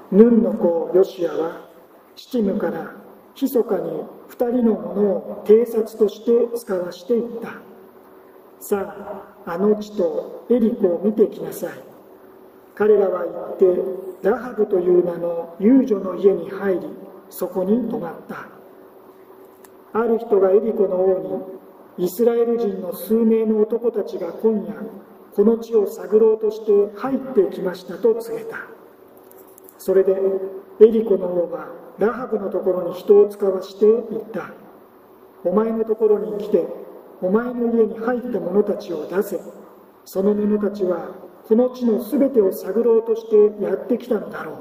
ヌンの子ヨシュアはシティムから密かに2人の者を偵察として使わしていった。さあ、あの地とエリコを見てきなさい。彼らは行ってラハブという名の遊女の家に入り、そこに泊まった。ある人がエリコの王に、イスラエル人の数名の男たちが今夜この地を探ろうとして入ってきましたと告げた。それでエリコの王はラハブのところに人を使わして言った。お前のところに来て、お前の家に入った者たちを出せ。その者たちはこの地のすべてを探ろうとしてやってきたのだろう。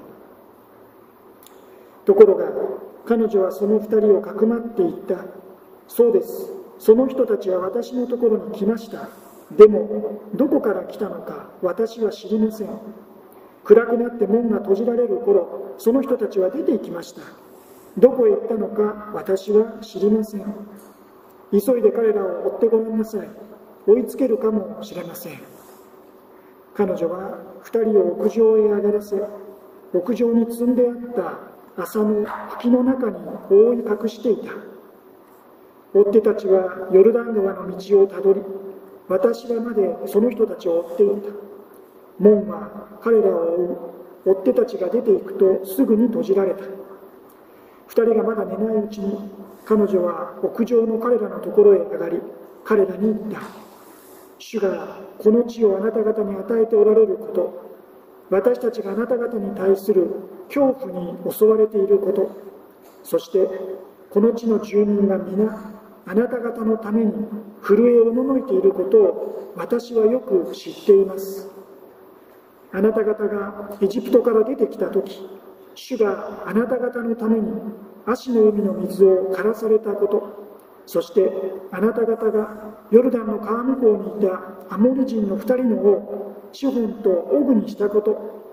ところが彼女はその2人をかくまって言った。そうです。その人たちは私のところに来ました。でもどこから来たのか私は知りません。暗くなって門が閉じられる頃、その人たちは出て行きました。どこへ行ったのか私は知りません。急いで彼らを追ってごらんなさい。追いつけるかもしれません。彼女は2人を屋上へ上がらせ、屋上に積んであった麻の茎の中に覆い隠していた。追っ手たちはヨルダン川の道をたどり、私はまでその人たちを追っていった。門は彼らを追う。追っ手たちが出ていくとすぐに閉じられた。2人がまだ寝ないうちに彼女は屋上の彼らのところへ上がり、彼らに言った。主がこの地をあなた方に与えておられること、私たちがあなた方に対する恐怖に襲われていること、そしてこの地の住民が皆あなた方のために震えおののいていることを私はよく知っています。あなた方がエジプトから出てきたとき、主があなた方のために葦の海の水を枯らされたこと、そしてあなた方がヨルダンの川向こうにいたアモリ人の2人の王、シホンとオグにしたこと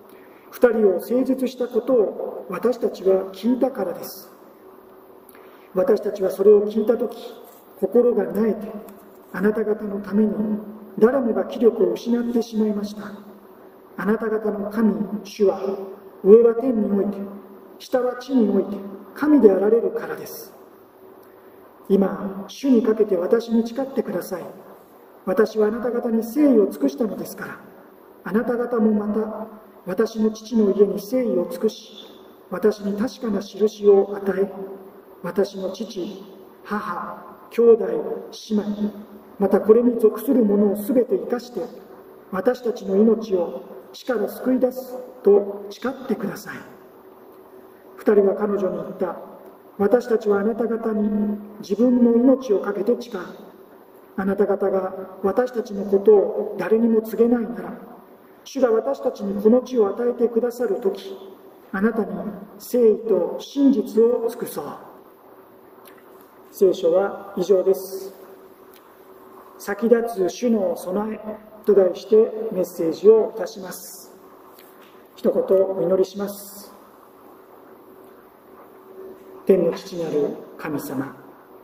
、2人を誠実したことを私たちは聞いたからです。私たちはそれを聞いたとき、心が萎えて、あなた方のために誰もが気力を失ってしまいました。あなた方の神、主は、上は天において、下は地において、神であられるからです。今、主にかけて私に誓ってください。私はあなた方に誠意を尽くしたのですから、あなた方もまた、私の父の家に誠意を尽くし、私に確かな印を与え、私の父、母、兄弟、姉妹、またこれに属するものをすべて生かして、私たちの命を死から救い出すと誓ってください。2人は彼女に言った。私たちはあなた方に自分の命をかけて誓う。あなた方が私たちのことを誰にも告げないなら、主が私たちにこの地を与えてくださるとき、あなたに誠意と真実を尽くそう。聖書は以上です。先立つ主の備えと題してメッセージをいたします。一言お祈りします。天の父なる神様、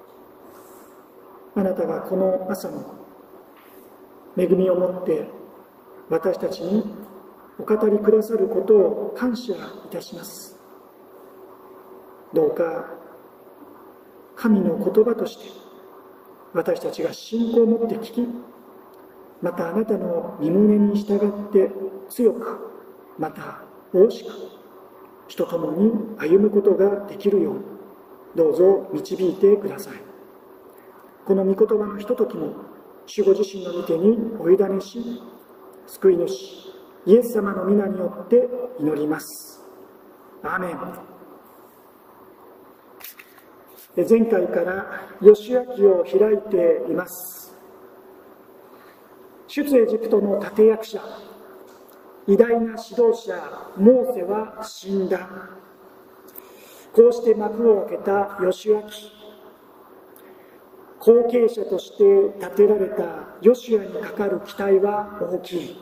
あなたがこの朝の恵みをもって私たちにお語りくださることを感謝いたします。どうか神の言葉として私たちが信仰を持って聞き、またあなたの御胸に従って強く、また大しく主と共に歩むことができるようにどうぞ導いてください。この御言葉のひとときも主ご自身の御手にお委ねし、救い主イエス様の皆によって祈ります。アーメン。前回からヨシュア記を開いています。出エジプトの立役者、偉大な指導者モーセは死んだ。こうして幕を開けたヨシュア記。後継者として立てられたヨシュアにかかる期待は大きい。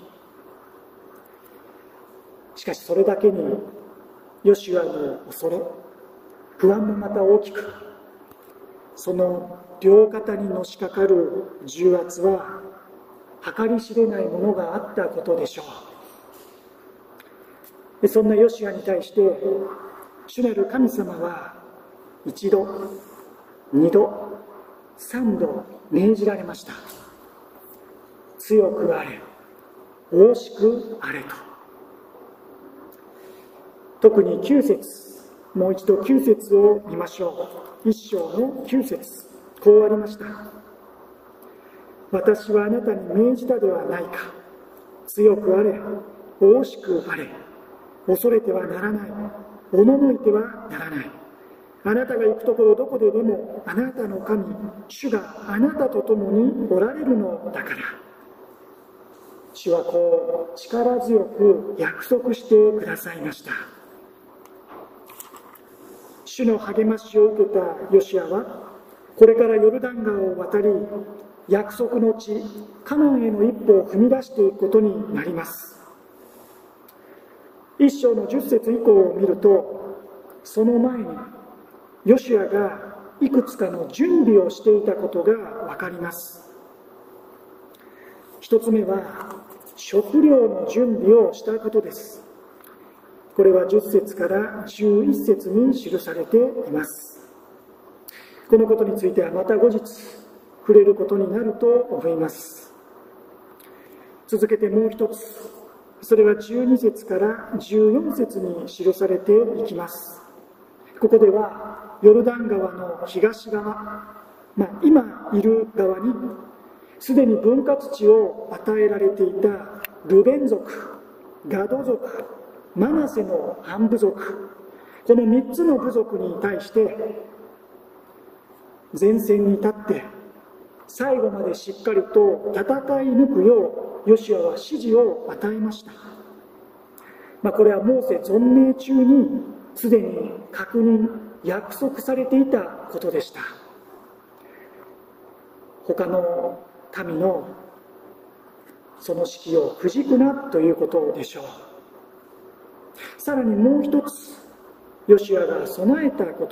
しかしそれだけにヨシュアの恐れ、不安もまた大きく、その両肩にのしかかる重圧は計り知れないものがあったことでしょう。 そんなヨシュアに対して主なる神様は一度、二度、三度命じられました。強くあれ、大しくあれと。特に9節、もう一度9節を見ましょう。1章の9節、こうありました。私はあなたに命じたではないか。強くあれ、大しくあれ。恐れてはならない。おののいてはならない。あなたが行くところどこででも、あなたの神、主があなたと共におられるのだから。主はこう力強く約束してくださいました。主の励ましを受けたヨシュアは、これからヨルダン川を渡り、約束の地カナンへの一歩を踏み出していくことになります。一章の10節以降を見ると、その前にヨシュアがいくつかの準備をしていたことがわかります。一つ目は食料の準備をしたことです。これは10節から11節に記されています。このことについてはまた後日触れることになると思います。続けてもう一つ、それは12節から14節に記されていきます。ここではヨルダン川の東側、今いる側にすでに分割地を与えられていたルベン族、ガド族、マナセの半部族、この3つの部族に対して前線に立って最後までしっかりと戦い抜くようヨシュアは指示を与えました。これはモーセ存命中にすでに確認、約束されていたことでした。他の民のその指揮をくじくなということでしょう。さらにもう一つヨシュアが備えたこと、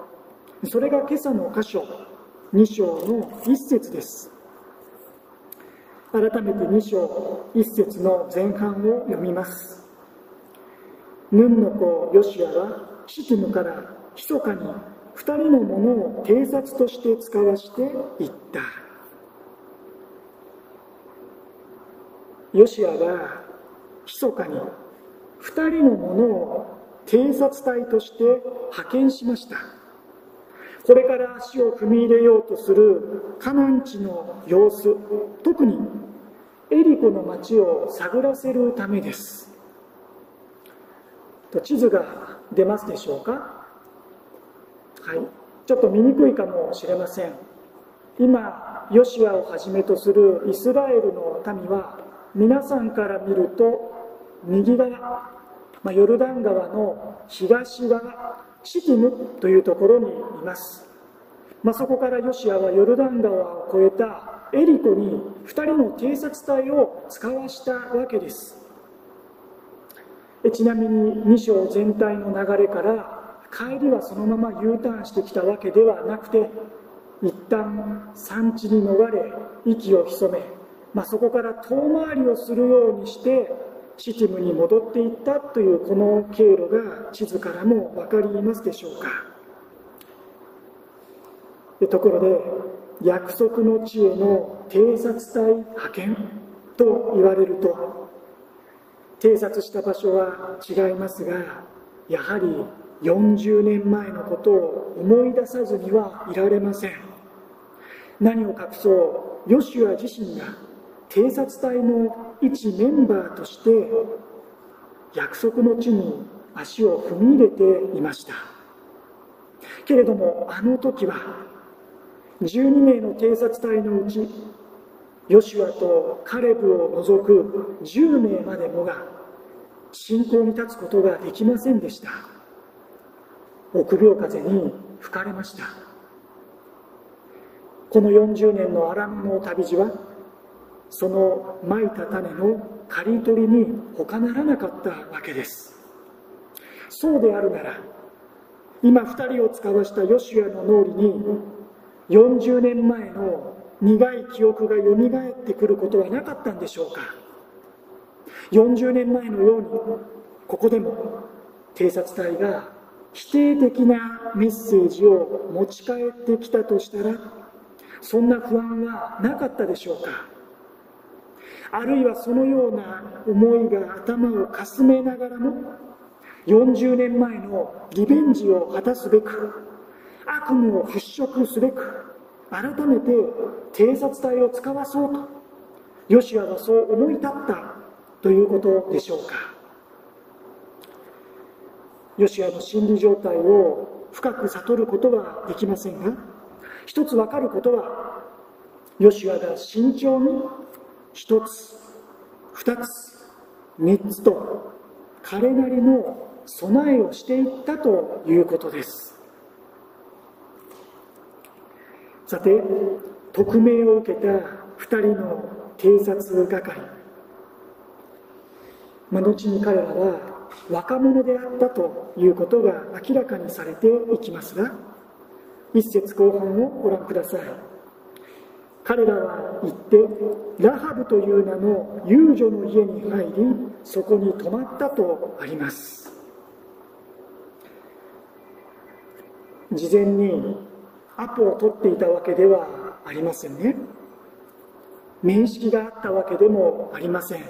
それが今朝の箇所2章の1節です。改めて2章1節の前半を読みます。ヌンの子ヨシュアはシティムから密かに2人の者を偵察として使わしていった。ヨシュアが密かに2人の者を偵察隊として派遣しました。これから足を踏み入れようとするカナン地の様子、特にエリコの町を探らせるためです。地図が出ますでしょうか。はい、ちょっと見にくいかもしれません。今ヨシュアをはじめとするイスラエルの民は皆さんから見ると右側、ヨルダン川の東側、シティムというところにいます。そこからヨシュアはヨルダン川を越えたエリコに2人の偵察隊を使わしたわけです。ちなみに2章全体の流れから帰りはそのまま U ターンしてきたわけではなくて、一旦産地に逃れ息を潜め、そこから遠回りをするようにしてシティムに戻っていったというこの経路が地図からも分かりますでしょうか。ところで約束の地への偵察隊派遣と言われると、偵察した場所は違いますが、やはり40年前のことを思い出さずにはいられません。何を隠そう、ヨシュア自身が偵察隊の一メンバーとして約束の地に足を踏み入れていました。けれどもあの時は12名の偵察隊のうちヨシュアとカレブを除く10名までもが信仰に立つことができませんでした。臆病風に吹かれました。この40年のアラムの旅路はそのまいた種の刈り取りに他ならなかったわけです。そうであるなら今2人を使わしたヨシュアの脳裏に40年前の苦い記憶がよみがえってくることはなかったんでしょうか。40年前のようにここでも偵察隊が否定的なメッセージを持ち帰ってきたとしたら、そんな不安はなかったでしょうか。あるいはそのような思いが頭をかすめながらも、40年前のリベンジを果たすべく、悪夢を払拭すべく、改めて偵察隊を使わそうとヨシュアはそう思い立ったということでしょうか。ヨシュアの心理状態を深く悟ることはできませんが、一つ分かることは、ヨシュアが慎重に一つ、二つ、三つと彼なりの備えをしていったということです。さて、特命を受けた二人の偵察係、後に彼らは若者であったということが明らかにされていきますが、一節後半をご覧ください。彼らは行ってラハブという名の遊女の家に入り、そこに泊まったとあります。事前にアポを取っていたわけではありませんね。面識があったわけでもありません。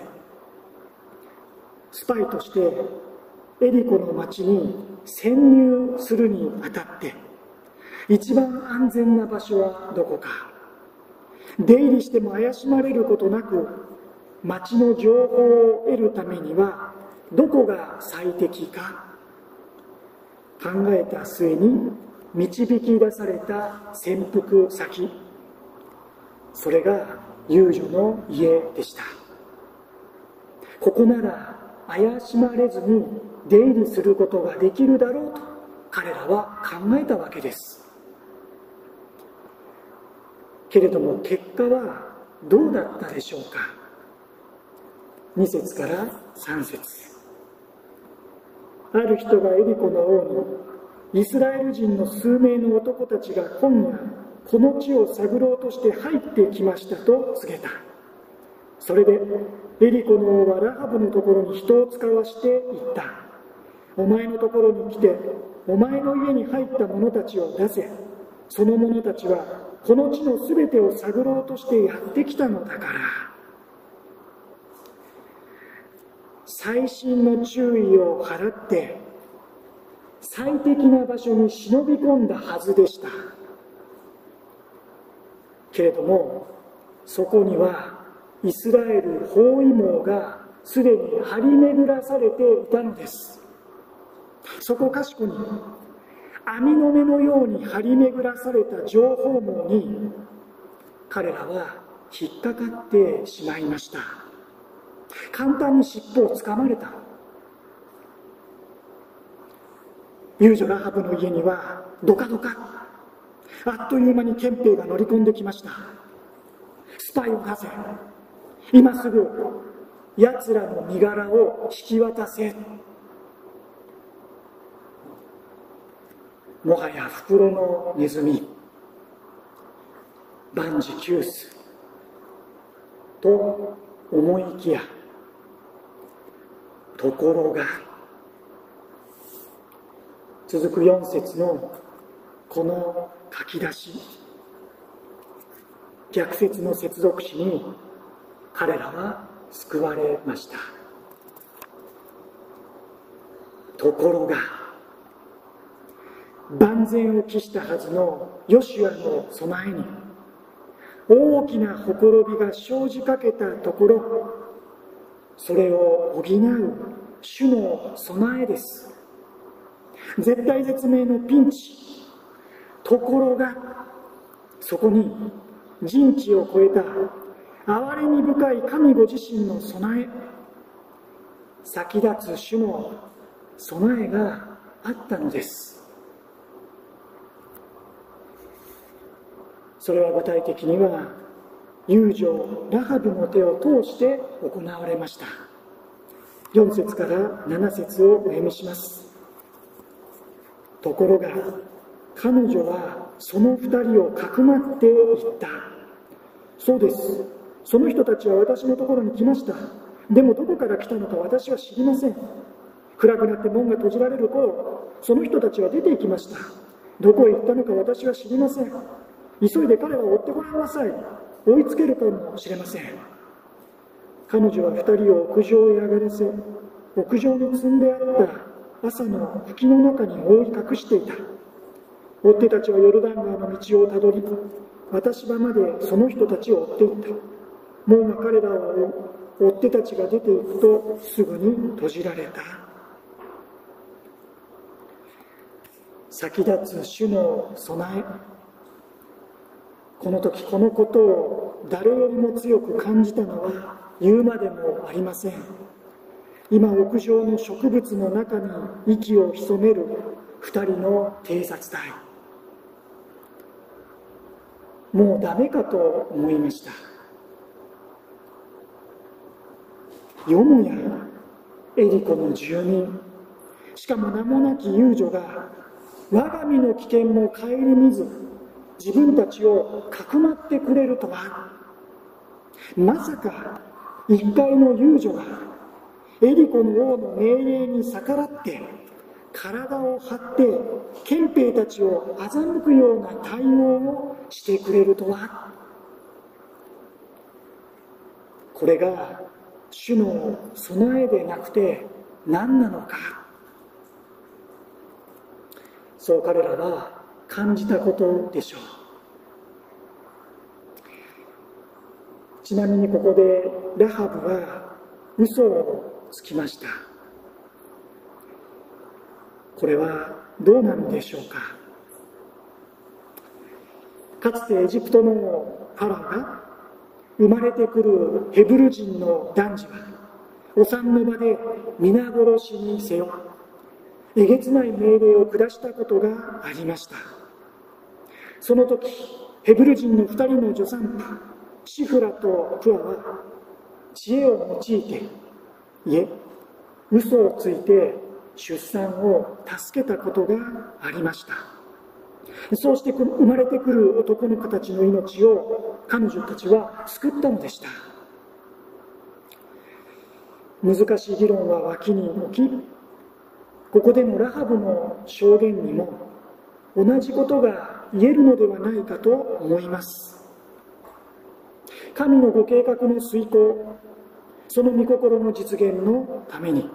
スパイとしてエリコの町に潜入するにあたって、一番安全な場所はどこか、出入りしても怪しまれることなく町の情報を得るためにはどこが最適か考えた末に導き出された潜伏先、それが遊女の家でした。ここなら怪しまれずに出入りすることができるだろうと彼らは考えたわけです。けれども結果はどうだったでしょうか。2節から3節。ある人がエリコの王に、イスラエル人の数名の男たちが今夜この地を探ろうとして入ってきましたと告げた。それでエリコの王はラハブのところに人を使わして言った。お前のところに来て、お前の家に入った者たちを出せ。その者たちはこの地のすべてを探ろうとしてやってきたのだから。細心の注意を払って最適な場所に忍び込んだはずでした。けれどもそこにはイスラエル包囲網がすでに張り巡らされていたのです。そこかしこに網の目のように張り巡らされた情報網に彼らは引っかかってしまいました。簡単に尻尾をつかまれた。遊女ラハブの家にはドカドカ、あっという間に憲兵が乗り込んできました。スパイを出せ、今すぐ奴らの身柄を引き渡せ。もはや袋のネズミ、万事休すと思いきや、ところが続く4節のこの書き出し、逆説の接続詞に彼らは救われました。ところが万全を期したはずのヨシュアの備えに大きなほころびが生じかけたところ、それを補う主の備えです。絶対絶命のピンチ、ところがそこに人知を超えた憐れみ深い神ご自身の備え、先立つ主の備えがあったのです。それは具体的には遊女ラハブの手を通して行われました。4節から7節をお読みします。ところが彼女はその2人をかくまって言った。そうです、その人たちは私のところに来ました。でもどこから来たのか私は知りません。 暗くなって門が閉じられる頃、その人たちは出て行きました。どこへ行ったのか私は知りません。急いで彼らを追ってごらんなさい。追いつけるかもしれません。彼女は2人を屋上へ上がらせ、屋上に積んであった朝の吹きの中に覆い隠していた。追っ手たちはヨルダン川の道をたどり、私場までその人たちを追っていった。門が彼らを追っ手たちが出ていくとすぐに閉じられた。先立つ主の備え。この時このことを誰よりも強く感じたのは言うまでもありません。今屋上の植物の中に息を潜める2人の偵察隊。もうダメかと思いました。よもやエリコの住民、しかも名もなき遊女が我が身の危険も顧みず自分たちをかくまってくれるとは。まさか一介の遊女がエリコの王の命令に逆らって体を張って憲兵たちを欺くような対応をしてくれるとは。これが主の備えでなくて何なのか。そう彼らは感じたことでしょう。ちなみにここでラハブは嘘をつきました。これはどうなのでしょうか。かつてエジプトのファラオが生まれてくるヘブル人の男児はお産の場で皆殺しにせよ、えげつない命令を下したことがありました。その時ヘブル人の2人の助産婦シフラとプアは知恵を用いて、いえ嘘をついて出産を助けたことがありました。そうして生まれてくる男の子たちの命を彼女たちは救ったのでした。難しい議論は脇に置き、ここでのラハブの証言にも同じことが言えるのではないかと思います。神のご計画の遂行、その御心の実現のために、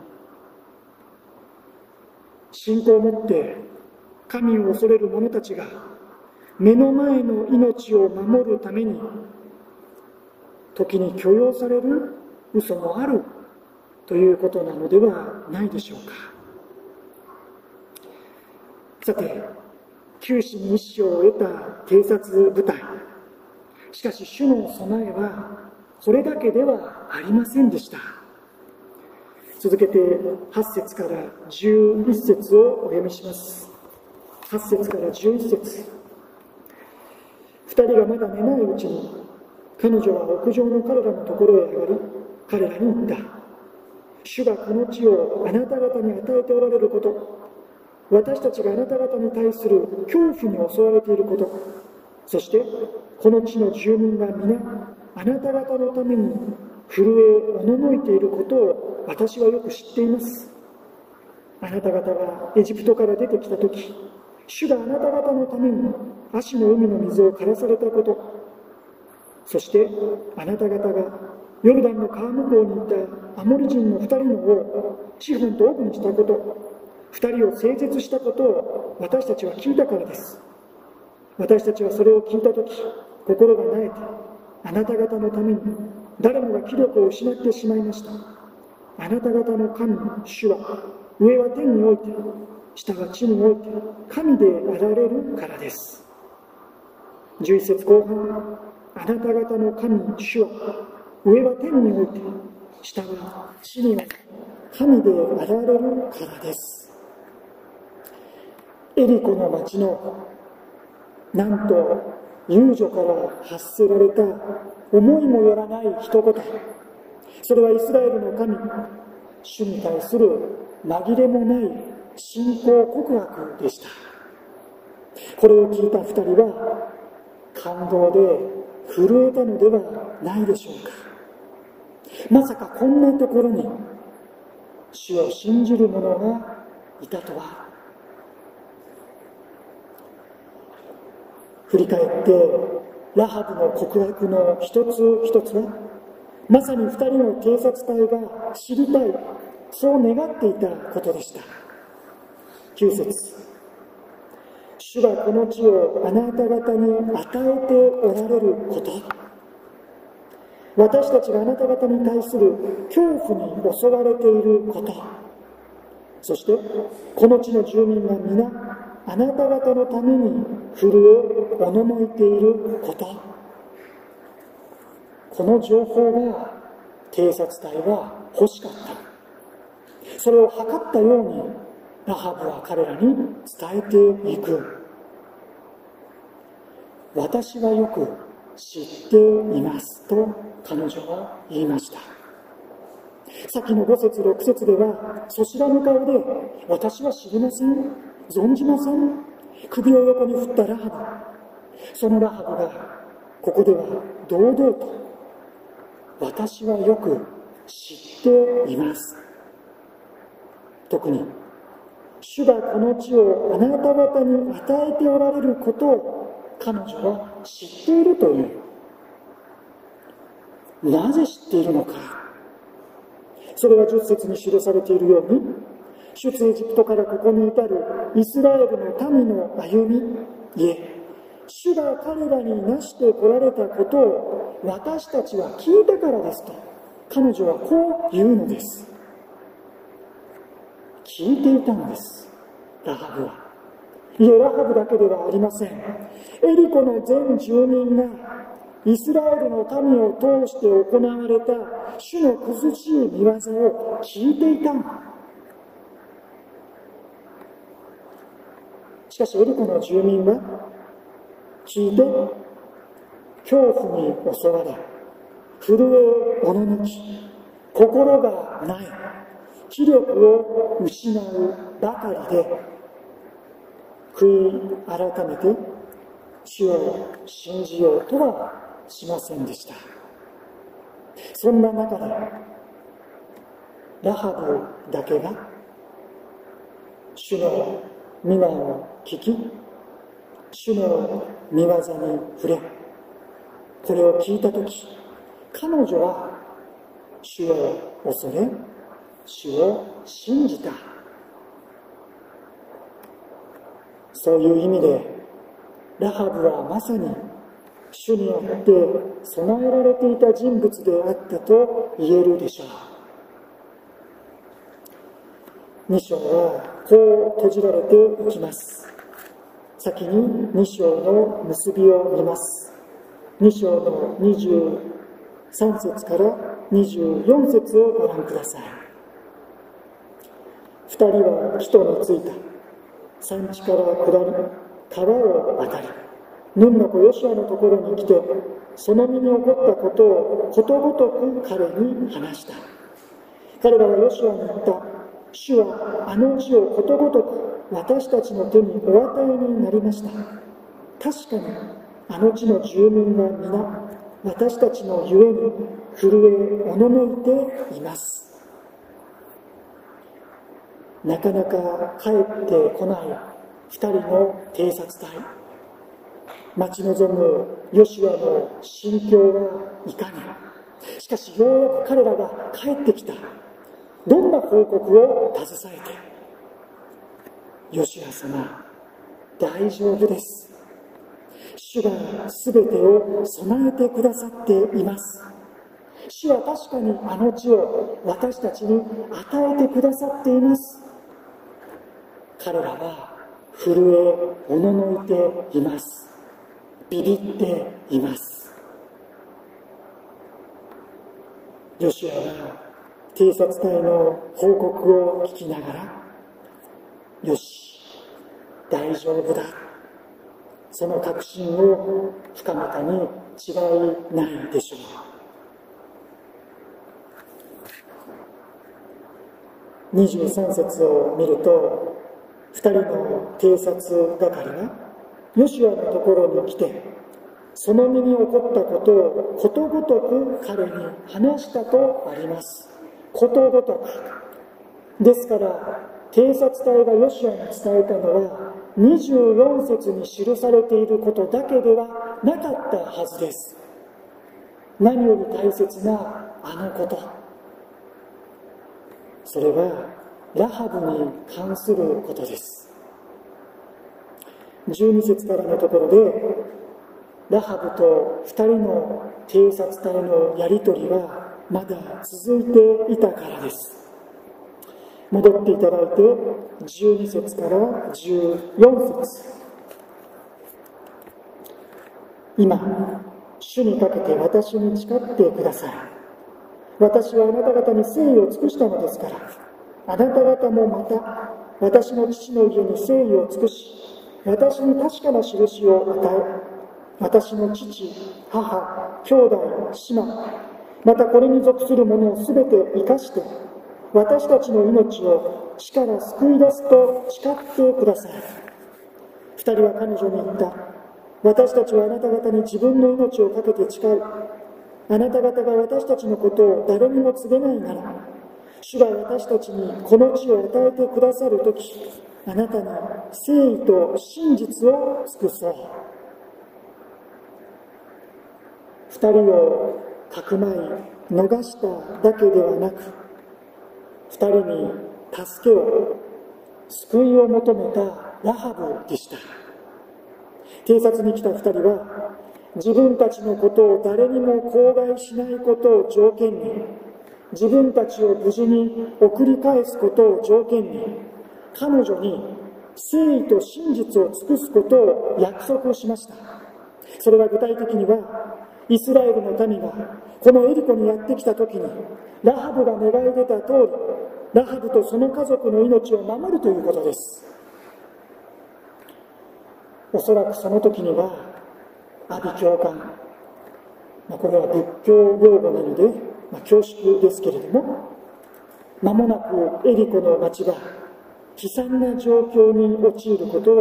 信仰を持って神を恐れる者たちが目の前の命を守るために時に許容される嘘もあるということなのではないでしょうか。さて、九死に一生を得た偵察部隊。しかし主の備えはこれだけではありませんでした。続けて8節から11節をお読みします。8節から11節。2人がまだ寝ないうちに彼女は屋上の彼らのところへ上がり、彼らに言った。主がこの地をあなた方に与えておられること、私たちがあなた方に対する恐怖に襲われていること、そしてこの地の住民が皆あなた方のために震えおののいていることを私はよく知っています。あなた方がエジプトから出てきたとき、主があなた方のために葦の海の水を枯らされたこと、そしてあなた方がヨルダンの川向こうにいたアモリ人の2人の王シホンとオグにしたこと、2人を整絶したことを私たちは聞いたからです。私たちはそれを聞いたとき、心が萎えて、あなた方のために誰もが気力を失ってしまいました。あなた方の神、主は、上は天において、下は地において、神であられるからです。11節後半、あなた方の神、主は、上は天において、下は地において、神であられるからです。エリコの町のなんと遊女から発せられた思いもよらない一言、それはイスラエルの神主に対する紛れもない信仰告白でした。これを聞いた二人は感動で震えたのではないでしょうか。まさかこんなところに主を信じる者がいたとは。振り返ってラハブの告白の一つ一つは、まさに2人の偵察隊が知りたい、そう願っていたことでした。9節、主がこの地をあなた方に与えておられること、私たちがあなた方に対する恐怖に襲われていること、そしてこの地の住民が皆あなた方のために震えおののいていること、この情報が偵察隊は欲しかった。それを図ったようにラハブは彼らに伝えていく。私はよく知っていますと彼女は言いました。さっきの5節6節ではそしらぬ顔で、私は知りません、存じません、首を横に振ったラハブ。そのラハブがここでは堂々と、私はよく知っています。特に主がこの地をあなた方に与えておられることを彼女は知っているという。なぜ知っているのか。それは10節に記されているように、出エジプトからここに至るイスラエルの民の歩み、いえ、主が彼らになしてこられたことを私たちは聞いたからですと、彼女はこう言うのです。聞いていたのです、ラハブは。いえ、ラハブだけではありません。エリコの全住民がイスラエルの民を通して行われた主の苦しい見業を聞いていたの。しかしエリコの住民は聞いて恐怖に襲われ、震えおののき、心がない、気力を失うばかりで、悔い改めて主を信じようとはしませんでした。そんな中でラハブだけが主の皆を聞き、主の御業に触れ、これを聞いたとき、彼女は主を恐れ、主を信じた。そういう意味でラハブはまさに主によって備えられていた人物であったと言えるでしょう。2章はこう閉じられていきます。先に2章の結びを見ます。2章の23節から24節をご覧ください。2人は帰途に着いた。山地から下り、川を渡り、ヌンの子ヨシュアのところに来て、その身に起こったことをことごとく彼に話した。彼らはヨシュアに言った。主はあの地をことごとく私たちの手にお与えになりました。確かにあの地の住民は皆私たちのゆえに震えおののいています。なかなか帰ってこない2人の偵察隊。待ち望むヨシュアの心境はいかに。しかしようやく彼らが帰ってきた。どんな報告を携えて、ヨシュア様、大丈夫です。主がすべてを備えてくださっています。主は確かにあの地を私たちに与えてくださっています。彼らは震えおののいています。ビビっています。ヨシュアは偵察隊の報告を聞きながら、よし、大丈夫だ、その確信を深めたに違いないでしょう。23節を見ると、2人の偵察係がヨシュアのところに来て、その身に起こったことをことごとく彼に話したとあります。ことごとく。 ですから偵察隊がヨシュアに伝えたのは24節に記されていることだけではなかったはずです。何より大切なあのこと、それはラハブに関することです。12節からのところで、ラハブと2人の偵察隊のやり取りはまだ続いていたからです。戻っていただいて、12節から14節。今、主にかけて私に誓ってください。私はあなた方に誠意を尽くしたのですから、あなた方もまた私の父の家に誠意を尽くし、私に確かな印を与え、私の父、母、兄弟、姉妹、またこれに属する者をすべて生かして、私たちの命を死から救い出すと誓ってください。二人は彼女に言った。私たちはあなた方に自分の命をかけて誓う。あなた方が私たちのことを誰にも告げないなら、主が私たちにこの地を与えてくださるとき、あなたに誠意と真実を尽くそう。二人をかくまい逃しただけではなく、二人に助けを、救いを求めたラハブでした。偵察に来た二人は、自分たちのことを誰にも口外しないことを条件に、自分たちを無事に送り返すことを条件に、彼女に誠意と真実を尽くすことを約束しました。それは具体的には、イスラエルの民がこのエリコにやってきたときに、ラハブが願い出た通り、ラハブとその家族の命を守るということです。おそらくその時には、アビ教官、これは仏教用語なので、恐縮ですけれども、間もなくエリコの町が悲惨な状況に陥ること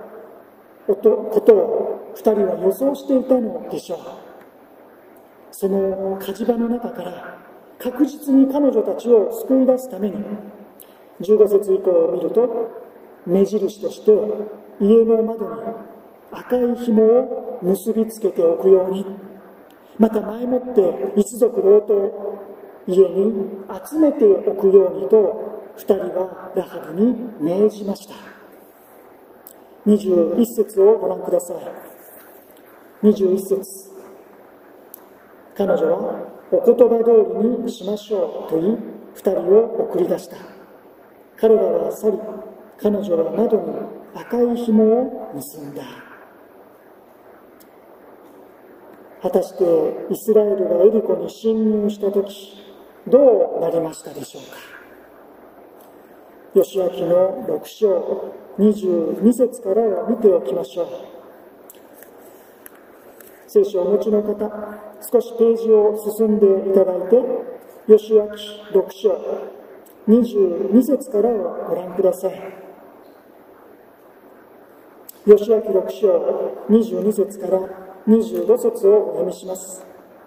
を二人は予想していたのでしょう。その火事場の中から確実に彼女たちを救い出すために、15節以降を見ると、目印として家の窓に赤い紐を結びつけておくように、また前もって一族老頭家に集めておくようにと二人はラハブに命じました。21節をご覧ください。21節、彼女はお言葉通りにしましょうと言い、二人を送り出した。彼らは去り、彼女は窓に赤い紐を結んだ。果たしてイスラエルがエリコに侵入したとき、どうなりましたでしょうか。ヨシュア記の6章22節からを見ておきましょう。聖書をお持ちの方、少しページを進んでいただいて、ヨシュア記6章22節からをご覧ください。ヨシュア記6章22節から25節をお読みします。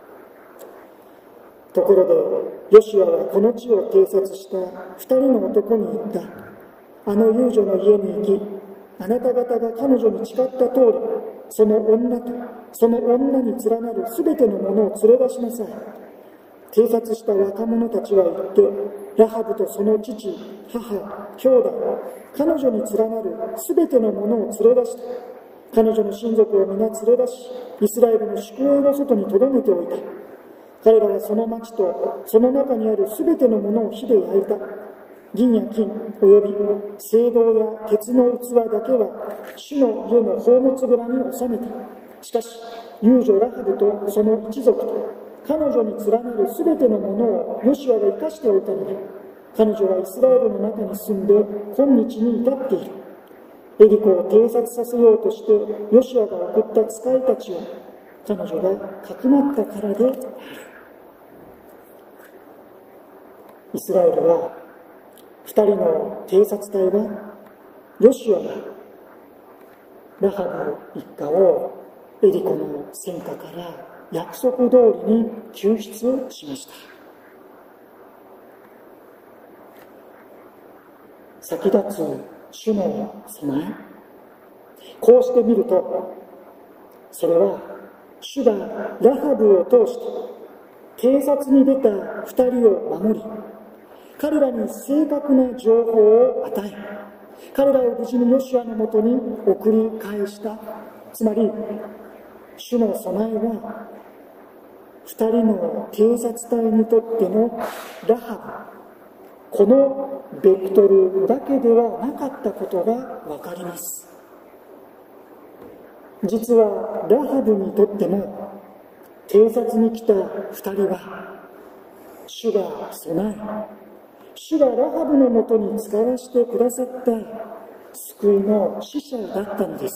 ところで、ヨシュアはこの地を偵察した2人の男に言った。あの遊女の家に行き、あなた方が彼女に誓った通り、その女とその女に連なるすべてのものを連れ出しなさい。偵察した若者たちは言って、ラハブとその父、母、兄弟、彼女に連なるすべてのものを連れ出した。彼女の親族を皆連れ出し、イスラエルの宿営の外に留めておいた。彼らはその町とその中にあるすべてのものを火で焼いた。銀や金および青銅や鉄の器だけは主の家の宝物蔵に収めた。しかし遊女ラハブとその一族と彼女に連なるすべてのものをヨシュアが生かしておいたので、彼女はイスラエルの中に住んで今日に至っている。エリコを偵察させようとしてヨシュアが送った使いたちを彼女がかくまったからである。イスラエルは2人の偵察隊はヨシュアがラハブ一家をエリコの戦火から約束通りに救出しました。 先立つ主の備え、こうしてみると、それは主がラハブを通して偵察に出た2人を守り、彼らに正確な情報を与え、彼らを無事にヨシュアのもとに送り返した。つまり主の備えは2人の偵察隊にとってのラハブ、このベクトルだけではなかったことがわかります。実はラハブにとっても偵察に来た2人は主が備え、主がラハブのもとに使わせてくださった救いの使者だったのです。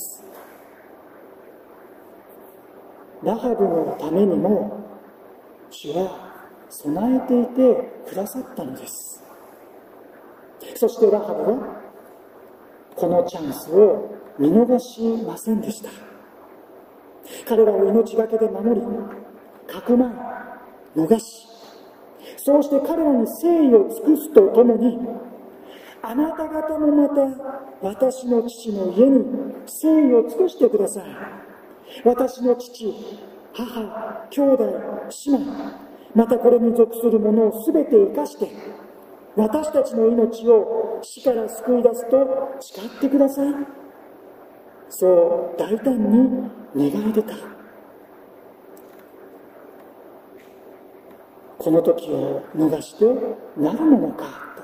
ラハブのためにも主は備えていてくださったのです。そしてラハブはこのチャンスを見逃しませんでした。彼らを命がけで守り、かくまい、逃し、そうして彼らに誠意を尽くすとともに、あなた方もまた私の父の家に誠意を尽くしてください。私の父、母、兄弟、姉妹、またこれに属するものをすべて生かして、私たちの命を死から救い出すと誓ってください。そう大胆に願い出た。この時を逃してなるものかと。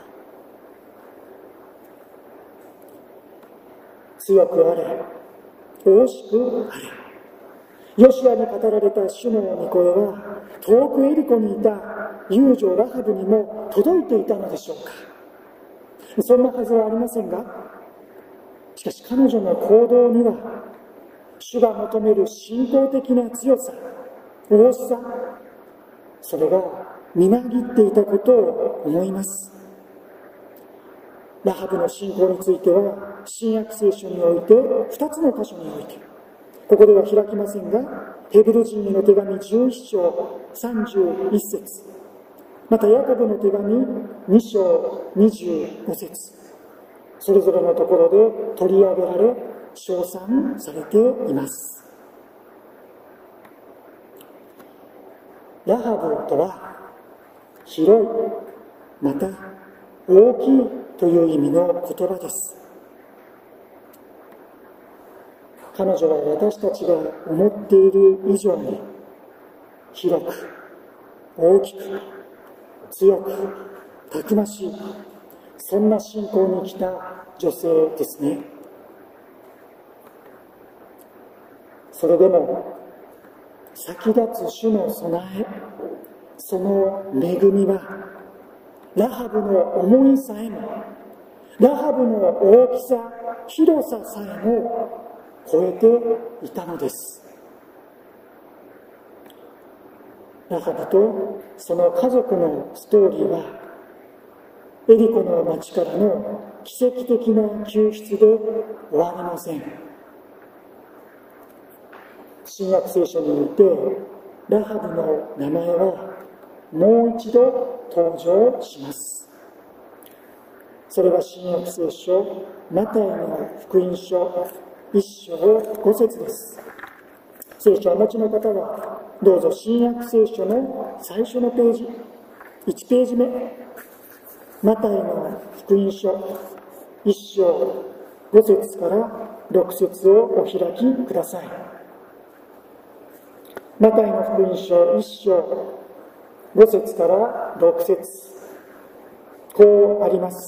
強くあれ、大しくあれ。ヨシュアに語られた主の御声は、遠くエリコにいた遊女ラハブにも届いていたのでしょうか。そんなはずはありませんが、しかし彼女の行動には、主が求める信仰的な強さ、大しさ、それがみなぎっていたことを思います。ラハブの信仰については、新約聖書において、2つの箇所において、ここでは開きませんが、ヘブル人への手紙11章31節、またヤコブの手紙2章25節、それぞれのところで取り上げられ、称賛されています。ラハブとは、広い、また大きいという意味の言葉です。彼女は私たちが思っている以上に広く、大きく、強く、たくましい、そんな信仰に来た女性ですね。それでも先立つ主の備え、その恵みはラハブの思いさえも、ラハブの大きさ、広ささえも超えていたのです。ラハブとその家族のストーリーは、エリコの町からの奇跡的な救出で終わりません。新約聖書において、ラハブの名前はもう一度登場します。それは新約聖書マタイの福音書1章5節です。聖書をお持ちの方はどうぞ新約聖書の最初のページ、1ページ目、マタイの福音書1章5節から6節をお開きください。マタイの福音書1章5節から6節、こうあります。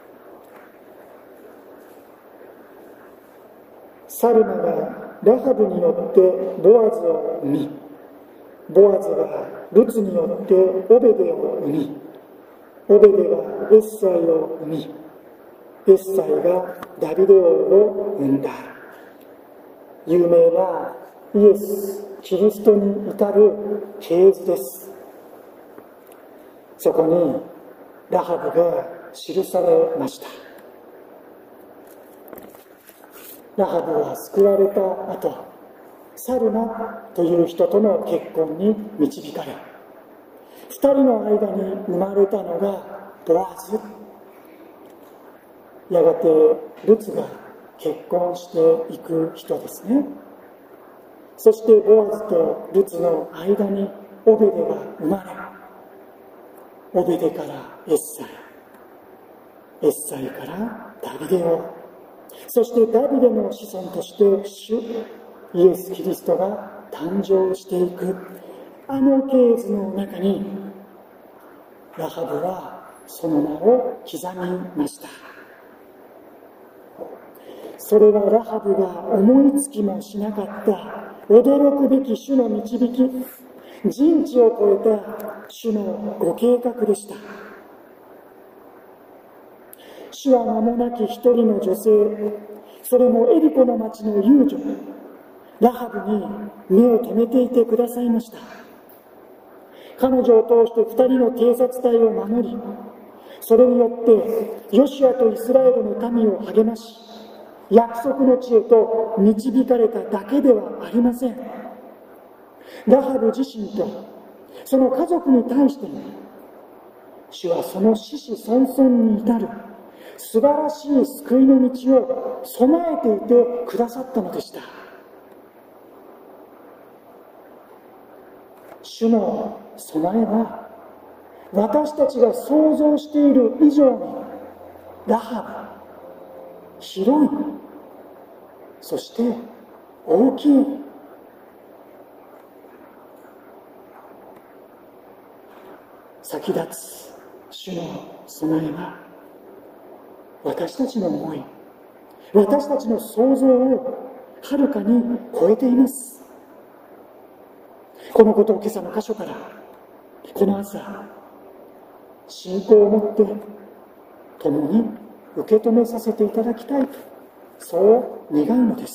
サルマがラハブによってボアズを生み、ボアズがルツによってオベデを生み、オベデがエッサイを生み、エッサイがダビデ王を生んだ。有名なイエス・キリストに至る系図です。そこにラハブが記されました。ラハブは救われた後、サルマという人との結婚に導かれ、二人の間に生まれたのがボアズ。 やがてルツが結婚していく人ですね。そしてボアズとルツの間にオベデが生まれ、オベデからエッサイ、エッサイからダビデ王、そしてダビデの子孫として主イエス・キリストが誕生していく、あの系図の中にラハブはその名を刻みました。それはラハブが思いつきもしなかった驚くべき主の導き、人知を超えた主のご計画でした。主は名もなき一人の女性、それもエリコの町の遊女ラハブに目を留めていてくださいました。彼女を通して2人の偵察隊を守り、それによってヨシュアとイスラエルの民を励まし、約束の地へと導かれただけではありません。ラハブ自身とその家族に対しても、主はその子々孫々に至る素晴らしい救いの道を備えていてくださったのでした。主の備えは私たちが想像している以上にラハブ、広い、そして大きい。先立つ主の備えは私たちの思い、私たちの想像をはるかに超えています。このことを今朝の箇所からこの朝、信仰を持って共に受け止めさせていただきたいと、そう願うのです。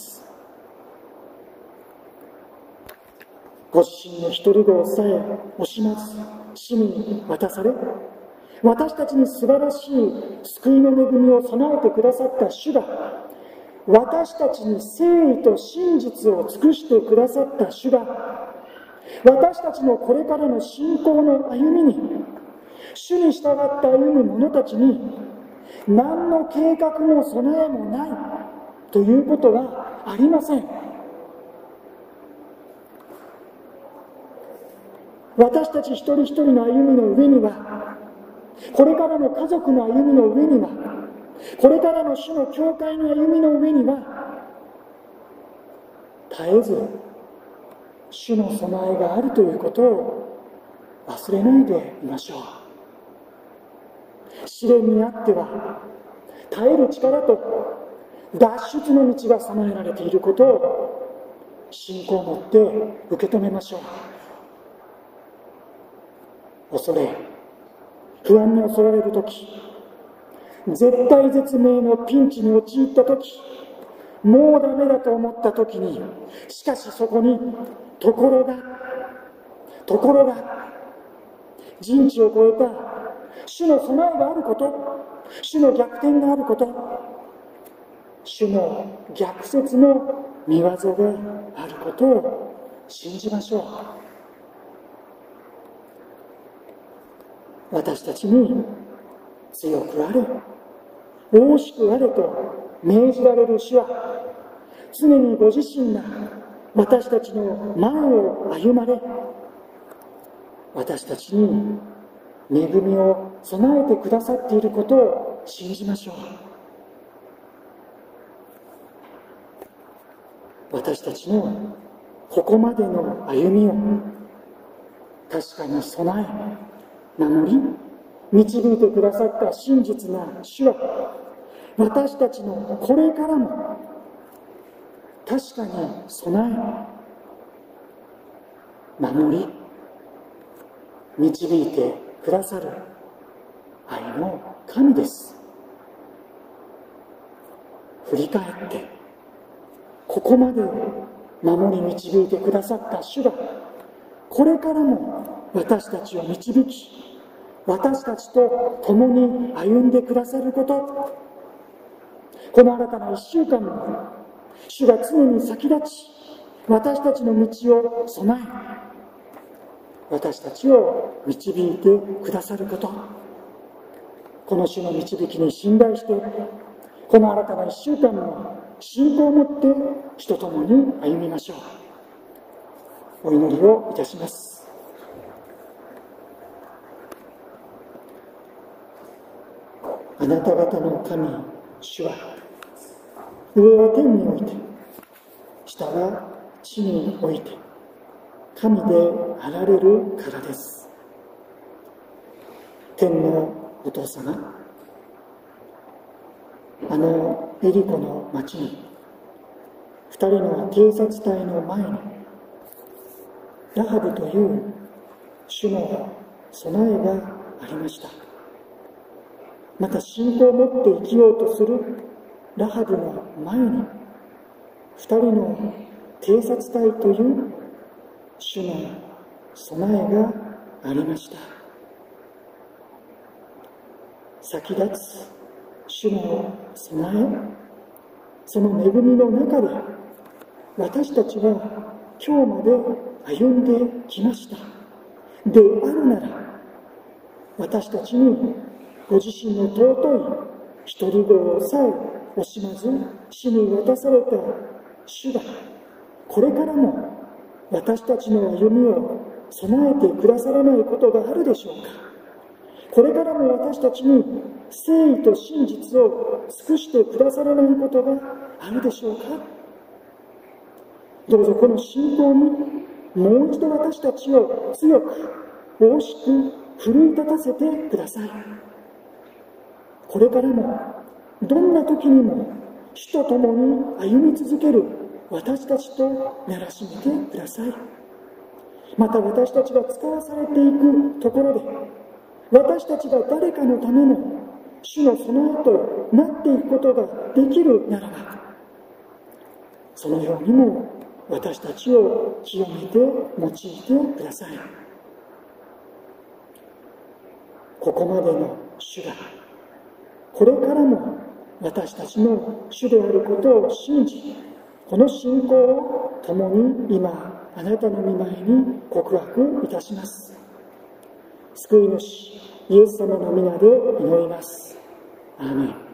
ご自身の一人子さえ惜しまず死に渡され、私たちに素晴らしい救いの恵みを備えてくださった主が、私たちに誠意と真実を尽くしてくださった主が、私たちのこれからの信仰の歩みに、主に従って歩む者たちに何の計画も備えもないということはありません。私たち一人一人の歩みの上には、これからの家族の歩みの上には、これからの主の教会の歩みの上には、絶えず主の備えがあるということを忘れないでいましょう。試練にあっては耐える力と脱出の道が備えられていることを信仰を持って受け止めましょう。恐れ、不安に襲われるとき、絶対絶命のピンチに陥ったとき、もうダメだと思ったときに、しかしそこにところが人知を超えた主の備えがあること、主の逆転があること、主の逆説の御業があることを信じましょう。私たちに強くあれ、大しくあれと命じられる主は、常にご自身が私たちの前を歩まれ、私たちに恵みを備えてくださっていることを信じましょう。私たちのここまでの歩みを確かに備え、守り、導いてくださった真実な主は、私たちのこれからも確かに備え、守り、導いてくださる愛の神です。振り返って、ここまで守り導いてくださった主が、これからも私たちを導き、私たちと共に歩んでくださること、この新たな1週間も主が常に先立ち、私たちの道を備え、私たちを導いてくださること、この主の導きに信頼して、 この新たな1週間も信仰を持って人ともに歩みましょう。お祈りをいたします。あなた方の神、主は、上は天において、下は地において、神であられるからです。天のお父様、あのエリコの町に、2人の偵察隊の前に、ラハブという主の備えがありました。また信仰を持って生きようとするラハブの前に、2人の偵察隊という主の備えがありました。先立つ主の備え、その恵みの中で私たちは今日まで歩んできました。であるなら、私たちにご自身の尊い独り子さえ惜しまず死に渡された主が、これからも私たちの歩みを備えてくださらないことがあるでしょうか。これからも私たちに誠意と真実を尽くしてくださらないことがあるでしょうか。どうぞこの信仰にもう一度私たちを強く大しく奮い立たせてください。これからもどんな時にも主と共に歩み続ける私たちとならしめてください。また私たちが使わされていくところで、私たちが誰かのための主の備えとなっていくことができるならば、そのようにも私たちを清めて用いてください。ここまでの主がこれからも私たちの主であることを信じ、この信仰を共に今あなたの御前に告白いたします。救い主イエス様の皆で祈ります。アーメン。